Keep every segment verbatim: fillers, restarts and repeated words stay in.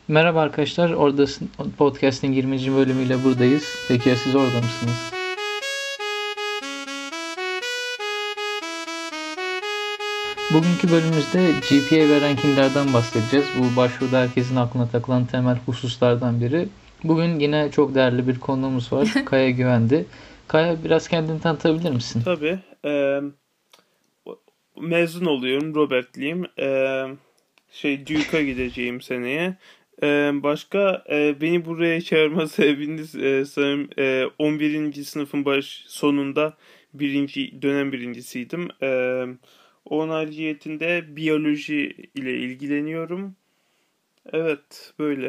Merhaba arkadaşlar, Oradasın Podcast'in yirminci bölümüyle buradayız. Peki ya siz orada mısınız? Bugünkü bölümümüzde G P A ve rankinglerden bahsedeceğiz. Bu başvuruda herkesin aklına takılan temel hususlardan biri. Bugün yine çok değerli bir konuğumuz var. Kaya Güvendi. Kaya, biraz kendini tanıtabilir misin? Tabii. E, mezun oluyorum. Robertliyim. E, şey Duke'a gideceğim seneye. E, başka e, beni buraya çağırma sebebiniz e, sanırım e, on birinci sınıfın baş sonunda birinci dönem birincisiydim. E, onun hariciyetinde biyoloji ile ilgileniyorum. Evet, böyle.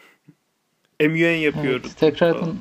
M U N yapıyorum. Evet, tekrardan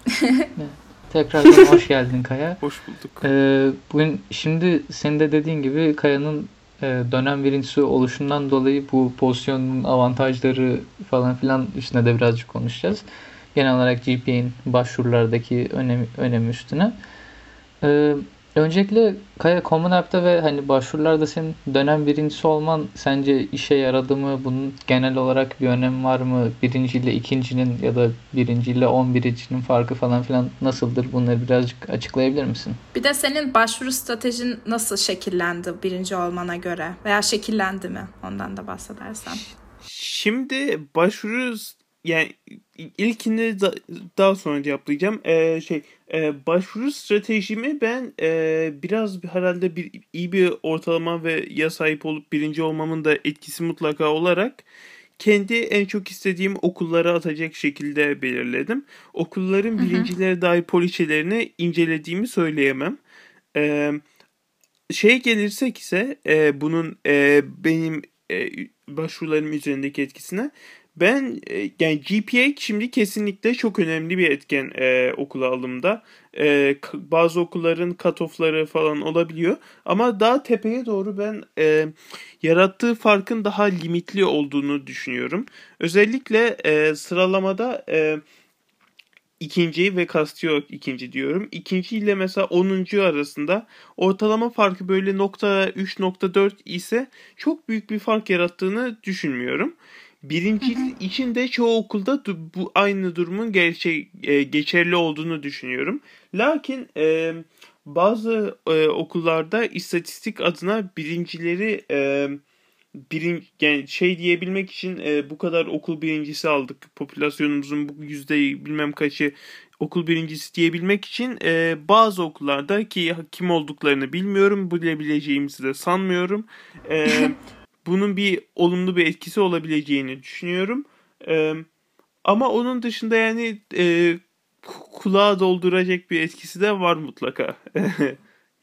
tekrardan hoş geldin Kaya. Hoş bulduk. Ee, bugün şimdi senin de dediğin gibi Kaya'nın e, dönem birincisi oluşundan dolayı bu pozisyonun avantajları falan filan üstüne de birazcık konuşacağız. Genel olarak G P A'nin başvurulardaki önemi, önemi üstüne. Ee, Öncelikle Kaya, Common App'te ve hani başvurularda senin dönem birincisi olman sence işe yaradı mı? Bunun genel olarak bir önemi var mı? Birinci ile ikincinin ya da birinci ile on birincinin farkı falan filan nasıldır? Bunları birazcık açıklayabilir misin? Bir de senin başvuru stratejin nasıl şekillendi birinci olmana göre? Veya şekillendi mi? Ondan da bahsedersen. Şimdi başvuru, yani ilkini da, daha sonra cevaplayacağım. Ee, şey e, başvuru stratejimi ben e, biraz herhalde bir iyi bir ortalama ve ya sahip olup birinci olmamın da etkisi mutlaka olarak kendi en çok istediğim okullara atacak şekilde belirledim. Okulların hı hı. birincilere dair poliçelerini incelediğimi söyleyemem. Ee, şey gelirsek ise e, bunun e, benim e, başvurularım üzerindeki etkisine, ben yani G P A şimdi kesinlikle çok önemli bir etken e, okula alımda. E, bazı okulların cut-off'ları falan olabiliyor. Ama daha tepeye doğru ben e, yarattığı farkın daha limitli olduğunu düşünüyorum. Özellikle e, sıralamada e, ikinci ve kastıyor ikinci diyorum. İkinci ile mesela onuncu arasında ortalama farkı böyle nokta üç nokta dört ise çok büyük bir fark yarattığını düşünmüyorum. Birinci için de çoğu okulda bu aynı durumun gerçek, e, geçerli olduğunu düşünüyorum. Lakin e, bazı e, okullarda istatistik adına birincileri e, birin, yani şey diyebilmek için e, bu kadar okul birincisi aldık. Popülasyonumuzun bu yüzde bilmem kaçı okul birincisi diyebilmek için e, bazı okullarda, ki kim olduklarını bilmiyorum, bilebileceğimizi de sanmıyorum. E, bunun bir olumlu bir etkisi olabileceğini düşünüyorum. Ee, ama onun dışında yani e, kulağa dolduracak bir etkisi de var mutlaka. Evet.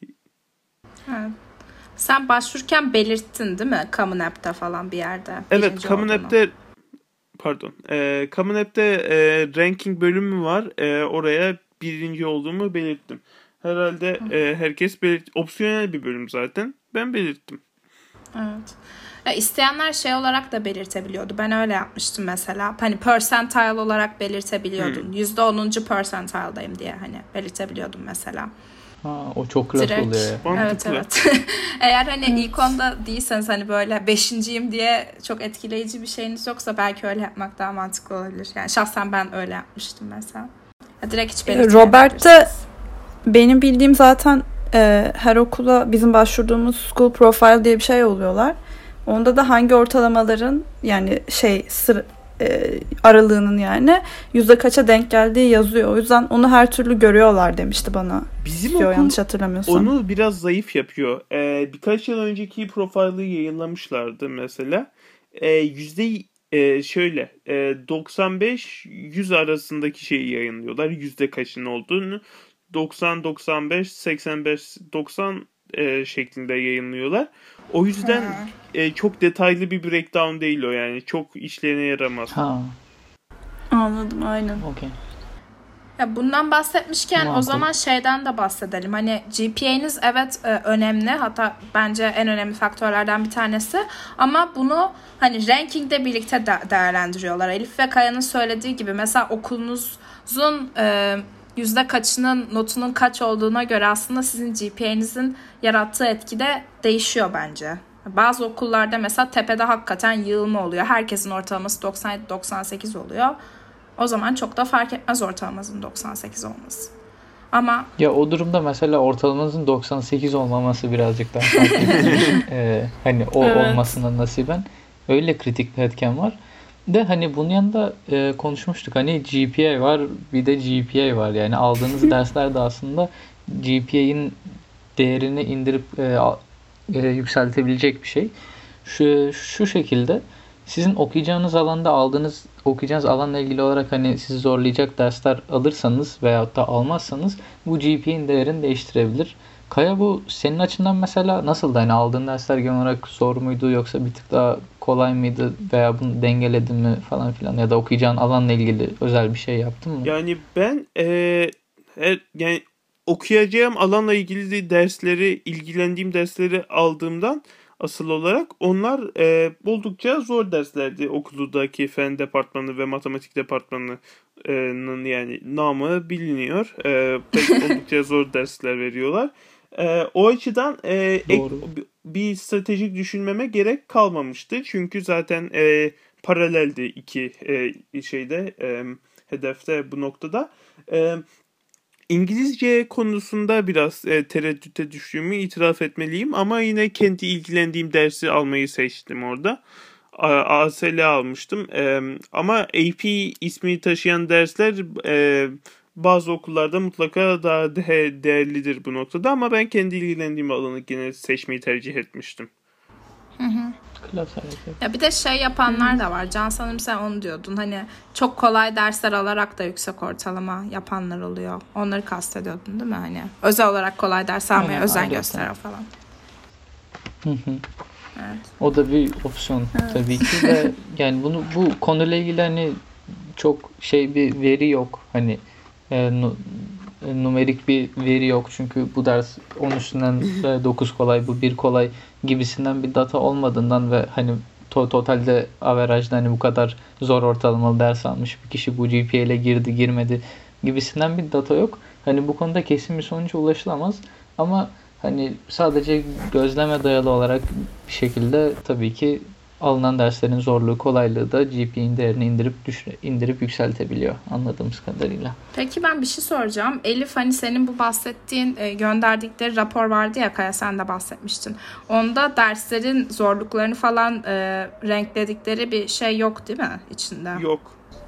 Sen başvururken belirttin değil mi? Common App'te falan bir yerde. Evet, Common App'te pardon. E, Common App'te e, ranking bölümü var. E, oraya birinci olduğumu belirttim. Herhalde e, herkes belirt. Opsiyonel bir bölüm zaten. Ben belirttim. Evet. Ya isteyenler şey olarak da belirtebiliyordu. Ben öyle yapmıştım mesela. Hani percentile olarak belirtebiliyordun. Hmm. yüzde onuncu percentile'dayım diye hani belirtebiliyordum mesela. Ha, o çok klas direkt oluyor. Evet evet. Eğer hani evet. ilk onda değilseniz, hani böyle beşinciyim diye çok etkileyici bir şeyiniz yoksa belki öyle yapmak daha mantıklı olabilir. Yani şahsen ben öyle yapmıştım mesela. Ya direkt hiç belirtmeyebilirsiniz. Robert'te benim bildiğim zaten e, her okula bizim başvurduğumuz school profile diye bir şey oluyorlar. Onda da hangi ortalamaların yani şey sır e, aralığının yani yüzde kaça denk geldiği yazıyor. O yüzden onu her türlü görüyorlar demişti bana. Bizim Diyor, okul yanlış hatırlamıyorsam. Onu biraz zayıf yapıyor. Ee, birkaç yıl önceki profile'ı yayınlamışlardı mesela. Ee, yüzde e, şöyle e, doksan beş yüz arasındaki şeyi yayınlıyorlar. Yüzde kaçın olduğunu. doksan doksan beş seksen beş doksan e, şeklinde yayınlıyorlar. O yüzden e, çok detaylı bir breakdown değil o yani. Çok işlerine yaramaz. Ha. Anladım, aynen. Okay. Ya bundan bahsetmişken Makul. O zaman şeyden de bahsedelim. Hani G P A'niz evet e, önemli. Hatta bence en önemli faktörlerden bir tanesi. Ama bunu hani rankingde birlikte de- değerlendiriyorlar. Elif ve Kaya'nın söylediği gibi mesela okulunuzun e, yüzde kaçının notunun kaç olduğuna göre aslında sizin G P A'nizin yarattığı etki de değişiyor bence. Bazı okullarda mesela tepede hakikaten yığılma oluyor. Herkesin ortalaması doksan yedi doksan sekiz oluyor. O zaman çok da fark etmez ortalamasının doksan sekiz olması. Ama Ya o durumda mesela ortalamanızın doksan sekiz olmaması birazcık daha fark ettiriyor. Ee, hani o Evet. olmasına nasiben öyle kritik bir etken var. De hani bunun yanında e, konuşmuştuk. Hani G P A var, bir de G P A var. Yani aldığınız dersler de aslında G P A'nin değerini indirip e, a- e, yükseltebilecek bir şey. Şu şu şekilde sizin okuyacağınız alanda aldığınız okuyacağınız alanla ilgili olarak hani sizi zorlayacak dersler alırsanız veyahut da almazsanız bu G P A'nin değerini değiştirebilir. Kaya, bu senin açından mesela nasıldı? Hani aldığın dersler genel olarak zor muydu, yoksa bir tık daha kolay mıydı, veya bunu dengeledin mi falan filan, ya da okuyacağın alanla ilgili özel bir şey yaptın mı? Yani ben eee, her, yani okuyacağım alanla ilgili de dersleri, ilgilendiğim dersleri aldığımdan asıl olarak onlar eee, oldukça zor derslerdi. Okuldaki fen departmanı ve matematik departmanının yani namı biliniyor. Eee, pek oldukça zor dersler veriyorlar. Eee, o açıdan eee, ek- Doğru. bir stratejik düşünmeme gerek kalmamıştı. Çünkü zaten eee, paraleldi iki eee, şeyde eee, hedefte bu noktada. Eee, İngilizce konusunda biraz e, tereddüte düştüğümü itiraf etmeliyim ama yine kendi ilgilendiğim dersi almayı seçtim orada. A- ASL almıştım. Eee, ama A P ismini taşıyan dersler eee, bazı okullarda mutlaka daha de- değerlidir bu noktada ama ben kendi ilgilendiğim alanı gene seçmeyi tercih etmiştim. Klas hareket. ya bir de şey yapanlar da var. Can, sanırım sen onu diyordun. Hani çok kolay dersler alarak da yüksek ortalama yapanlar oluyor. Onları kastediyordun değil mi? Hani özel olarak kolay ders almaya Aynen, özen ayrıca. gösteren falan. Hı hı. Evet. O da bir opsiyon tabii ki de, yani bunu bu konuyla ilgili hani çok şey bir veri yok. Hani e, nu- e, numerik bir veri yok. Çünkü bu ders on üstünden dokuz kolay, bu bir kolay gibisinden bir data olmadığından ve hani to- totalde averajda hani bu kadar zor ortalamalı ders almış bir kişi bu G P A ile girdi girmedi gibisinden bir data yok. Hani bu konuda kesin bir sonuca ulaşılamaz. Ama hani sadece gözleme dayalı olarak bir şekilde tabii ki alınan derslerin zorluğu, kolaylığı da G P A'nin değerini indirip düşre, indirip yükseltebiliyor anladığımız kadarıyla. Peki ben bir şey soracağım. Elif, hani senin bu bahsettiğin e, gönderdikleri rapor vardı ya Kaya, sen de bahsetmiştin. Onda derslerin zorluklarını falan e, renkledikleri bir şey yok değil mi içinde? Yok.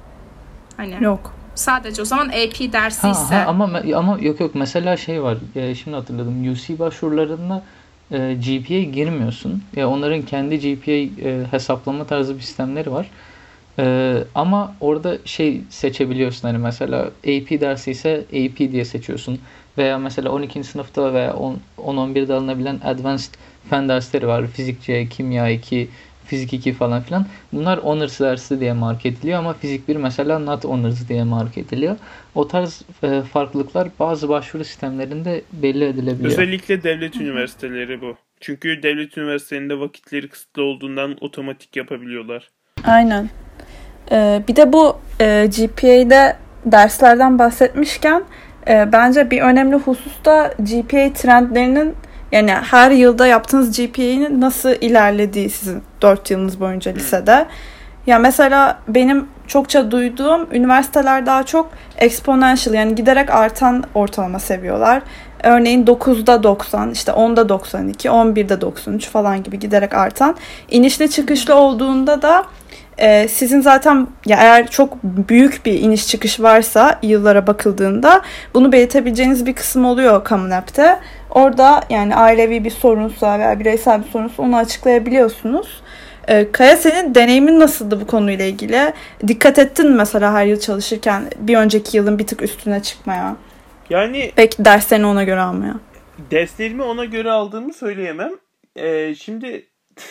Hani Yok. sadece o zaman A P dersi Ha, ise ha ama me- ama yok yok, mesela şey var. E, şimdi hatırladım. U C başvurularında e, G P A girmiyorsun. E, onların kendi G P A e, hesaplama tarzı bir sistemleri var. E, ama orada şey seçebiliyorsun, hani mesela A P dersi ise A P diye seçiyorsun. Veya mesela on ikinci sınıfta veya on on birde alınabilen advanced fen dersleri var. Fizik C, kimya iki, fizik iki falan filan. Bunlar honors dersi diye mark ediliyor ama fizik bir mesela not honors diye mark ediliyor. O tarz e, farklılıklar bazı başvuru sistemlerinde belli edilebiliyor. Özellikle devlet üniversiteleri bu. Çünkü devlet üniversitelerinde vakitleri kısıtlı olduğundan otomatik yapabiliyorlar. Aynen. Ee, bir de bu e, G P A'de derslerden bahsetmişken e, bence bir önemli husus da G P A trendlerinin, yani her yılda yaptığınız G P A'nin nasıl ilerlediği sizin dört yılınız boyunca lisede. Ya mesela benim çokça duyduğum üniversiteler daha çok exponential, yani giderek artan ortalama seviyorlar. Örneğin dokuzda doksan, işte onda doksan iki, on birde doksan üç falan gibi giderek artan. İnişli çıkışlı olduğunda da e, sizin zaten, ya eğer çok büyük bir iniş çıkış varsa yıllara bakıldığında bunu belirtebileceğiniz bir kısım oluyor Common App'te. Orada yani ailevi bir sorunsa veya bireysel bir sorunsa onu açıklayabiliyorsunuz. Ee, Kaya, senin deneyimin nasıldı bu konuyla ilgili? Dikkat ettin mi mesela her yıl çalışırken bir önceki yılın bir tık üstüne çıkmaya? Yani Belki derslerini ona göre almaya. derslerimi ona göre aldığımı söyleyemem. Ee, şimdi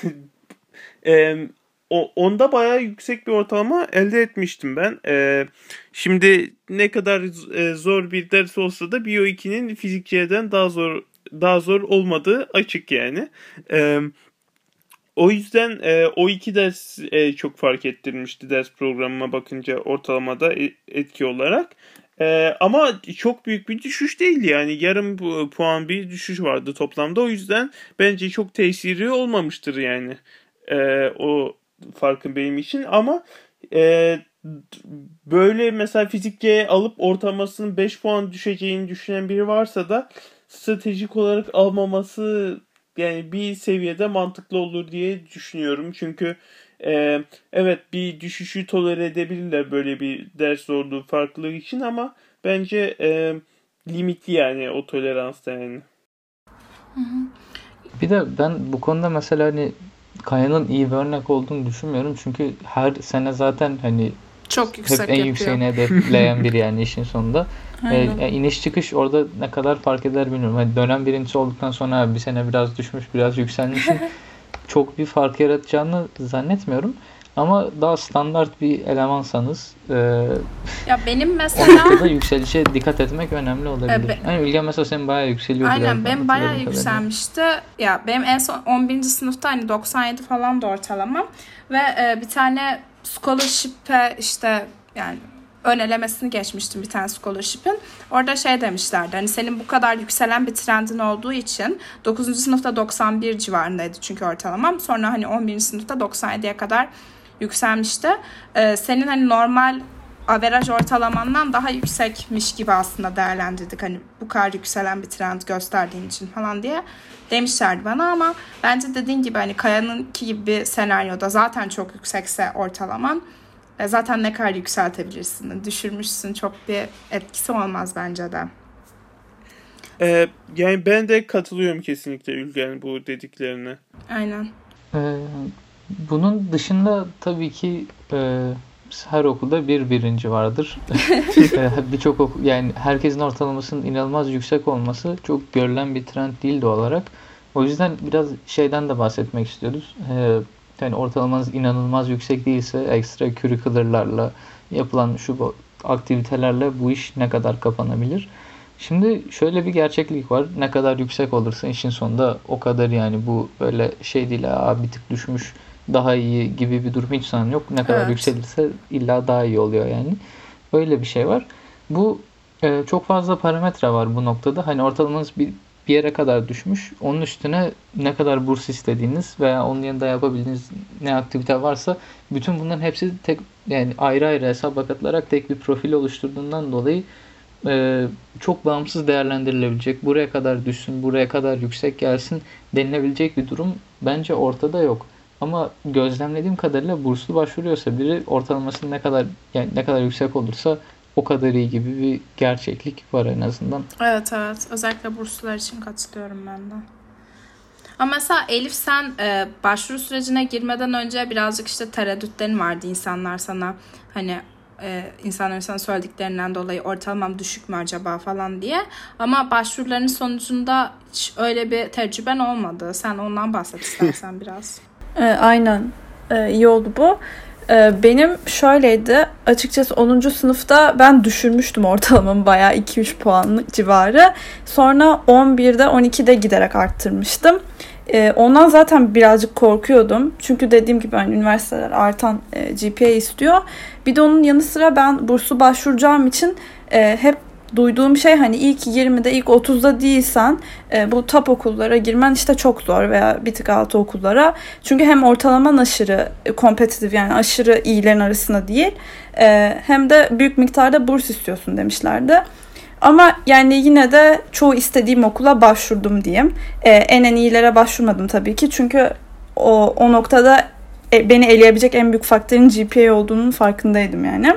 e, o, onda bayağı yüksek bir ortalama elde etmiştim ben. Ee, şimdi ne kadar e, zor bir ders olsa da Biyo ikinin Fizik C'den daha zor daha zor olmadığı açık yani. Ee, O yüzden e, o iki ders e, çok fark ettirmişti ders programıma bakınca ortalamada e- etki olarak. Ee, ama çok büyük bir düşüş değildi yani yarım puan bir düşüş vardı toplamda, o yüzden bence çok tesiri olmamıştır yani ee, o farkın benim için. Ama e, böyle mesela fizik G alıp ortalamasının beş puan düşeceğini düşünen biri varsa da stratejik olarak almaması yani bir seviyede mantıklı olur diye düşünüyorum. Çünkü e, evet bir düşüşü tolere edebilirler böyle bir ders zorluğu farklılığı için, ama bence e, limitli yani o toleransta yani. Bir de ben bu konuda mesela hani Kaya'nın iyi bir örnek olduğunu düşünmüyorum. Çünkü her sene zaten hani Çok yüksek hep en yapıyor. yükseğini hedefleyen biri yani işin sonunda. Aynen. E, iniş çıkış orada ne kadar fark eder bilmiyorum. Hani dönem birincisi olduktan sonra bir sene biraz düşmüş, biraz yükselmişsin. Çok bir fark yaratacağını zannetmiyorum. Ama daha standart bir elemansanız e, Ya benim o mesela noktada yükselişe dikkat etmek önemli olabilir. E, be- Yani Ülgen mesela senin bayağı yükseliyordu. aynen galiba, benim bayağı hatırladığım kadarıyla. yükselmişti. Ya benim en son on birinci sınıfta hani doksan yedi falan da ortalamam ve e, bir tane scholarship'e işte yani ön elemesini geçmiştim bir tane scholarship'in. Orada şey demişlerdi hani senin bu kadar yükselen bir trendin olduğu için dokuzuncu sınıfta doksan bir civarındaydı çünkü ortalamam. Sonra hani on birinci sınıfta doksan yediye kadar yükselmişti. E, senin hani normal averaj ortalamandan daha yüksekmiş gibi aslında değerlendirdik. Hani bu kadar yükselen bir trend gösterdiğin için falan diye demişlerdi bana, ama bence dediğin gibi hani Kaya'nınki gibi bir senaryoda zaten çok yüksekse ortalaman e, zaten ne kadar yükseltebilirsin? Düşürmüşsün, çok bir etkisi olmaz bence de. Ee, yani ben de katılıyorum kesinlikle Ülgen bu dediklerine. Aynen. Ee, bunun dışında tabii ki e, her okulda bir birinci vardır. Ee, Birçok okul, yani herkesin ortalamasının inanılmaz yüksek olması çok görülen bir trend değil doğal olarak. O yüzden biraz şeyden de bahsetmek istiyoruz. Ee, yani ortalamanız inanılmaz yüksek değilse ekstra curricular'larla yapılan şu bu aktivitelerle bu iş ne kadar kapanabilir? Şimdi şöyle bir gerçeklik var. Ne kadar yüksek olursa işin sonunda o kadar, yani bu böyle şey değil. Aa, bir tık düşmüş daha iyi gibi bir durum hiç sanırım yok. Ne kadar Evet. yükselirse illa daha iyi oluyor yani. Öyle bir şey var. Bu e, çok fazla parametre var bu noktada. Hani ortalamanız bir, bir yere kadar düşmüş. Onun üstüne ne kadar burs istediğiniz veya onun yanında yapabildiğiniz ne aktivite varsa bütün bunların hepsi tek, yani ayrı ayrı hesaba katılarak tek bir profil oluşturduğundan dolayı e, çok bağımsız değerlendirilebilecek, buraya kadar düşsün, buraya kadar yüksek gelsin denilebilecek bir durum bence ortada yok. Ama gözlemlediğim kadarıyla burslu başvuruyorsa biri ortalamasının ne kadar yani ne kadar yüksek olursa o kadar iyi gibi bir gerçeklik var en azından. Evet evet. Özellikle burslular için katılıyorum ben de. Ama mesela Elif sen e, başvuru sürecine girmeden önce birazcık işte tereddütlerin vardı, insanlar sana hani e, insanların sana söylediklerinden dolayı ortalamam düşük mü acaba falan diye. Ama başvuruların sonucunda hiç öyle bir tecrüben olmadı. Sen ondan bahset istersen biraz. E, aynen. E, iyi oldu bu. E, benim şöyleydi. Açıkçası onuncu sınıfta ben düşürmüştüm ortalamamı bayağı iki üç puanlık civarı. Sonra on birde on ikide giderek arttırmıştım. E, ondan zaten birazcık korkuyordum. Çünkü dediğim gibi hani üniversiteler artan e, G P A istiyor. Bir de onun yanı sıra ben burslu başvuracağım için e, hep duyduğum şey hani ilk yirmide ilk otuzda değilsen e, bu top okullara girmen işte çok zor veya bir tık altı okullara. Çünkü hem ortalaman aşırı kompetitif, yani aşırı iyilerin arasında değil, e, hem de büyük miktarda burs istiyorsun demişlerdi. Ama yani yine de çoğu istediğim okula başvurdum diyeyim. E, en en iyilere başvurmadım tabii ki. Çünkü o, o noktada e, beni eleyebilecek en büyük faktörün G P A olduğunun farkındaydım yani.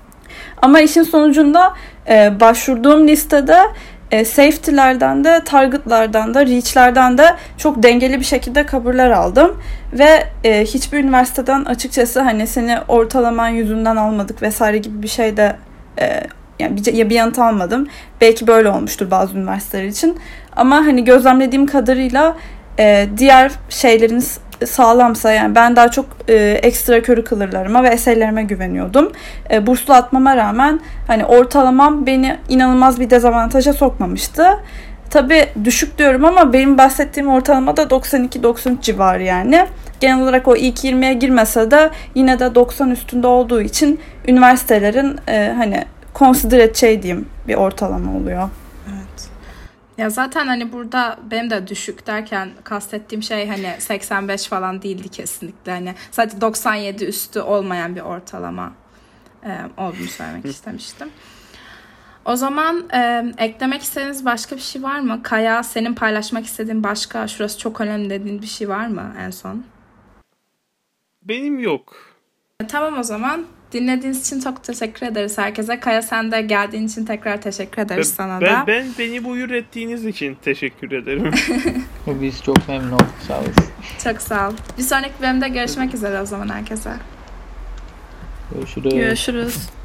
Ama işin sonucunda e, başvurduğum listede e, safety'lerden de, target'lardan da, reach'lerden de çok dengeli bir şekilde kabuller aldım. Ve e, hiçbir üniversiteden açıkçası hani seni ortalaman yüzünden almadık vesaire gibi bir şey de e, yani bir, ya bir yanıt almadım. Belki böyle olmuştur bazı üniversiteler için. Ama hani gözlemlediğim kadarıyla e, diğer şeyleriniz sağlamsa, yani ben daha çok e, ekstra curricular'larıma ve eseylerime güveniyordum. E, burslu atmama rağmen hani ortalamam beni inanılmaz bir dezavantaja sokmamıştı. Tabii düşük diyorum ama benim bahsettiğim ortalama da doksan iki doksan üç civarı yani. Genel olarak o ilk yirmiye girmese de yine de doksan üstünde olduğu için üniversitelerin e, hani consider edeceğim bir ortalama oluyor. Evet. Ya zaten hani burada benim de düşük derken kastettiğim şey hani seksen beş falan değildi kesinlikle. Hani sadece doksan yedi üstü olmayan bir ortalama e, olduğunu söylemek istemiştim. O zaman e, eklemek istediğiniz başka bir şey var mı? Kaya, senin paylaşmak istediğin başka, şurası çok önemli dediğin bir şey var mı en son? Benim yok. E, tamam o zaman. Dinlediğiniz için çok teşekkür ederiz herkese. Kaya, sen de geldiğin için tekrar teşekkür ederiz Ben, sana ben, da. ben beni buyur ettiğiniz için teşekkür ederim. Biz çok memnun olduk. Sağ olasın. Çok sağ ol. Bir sonraki bölümde görüşmek üzere o zaman herkese. Görüşürüz. Görüşürüz.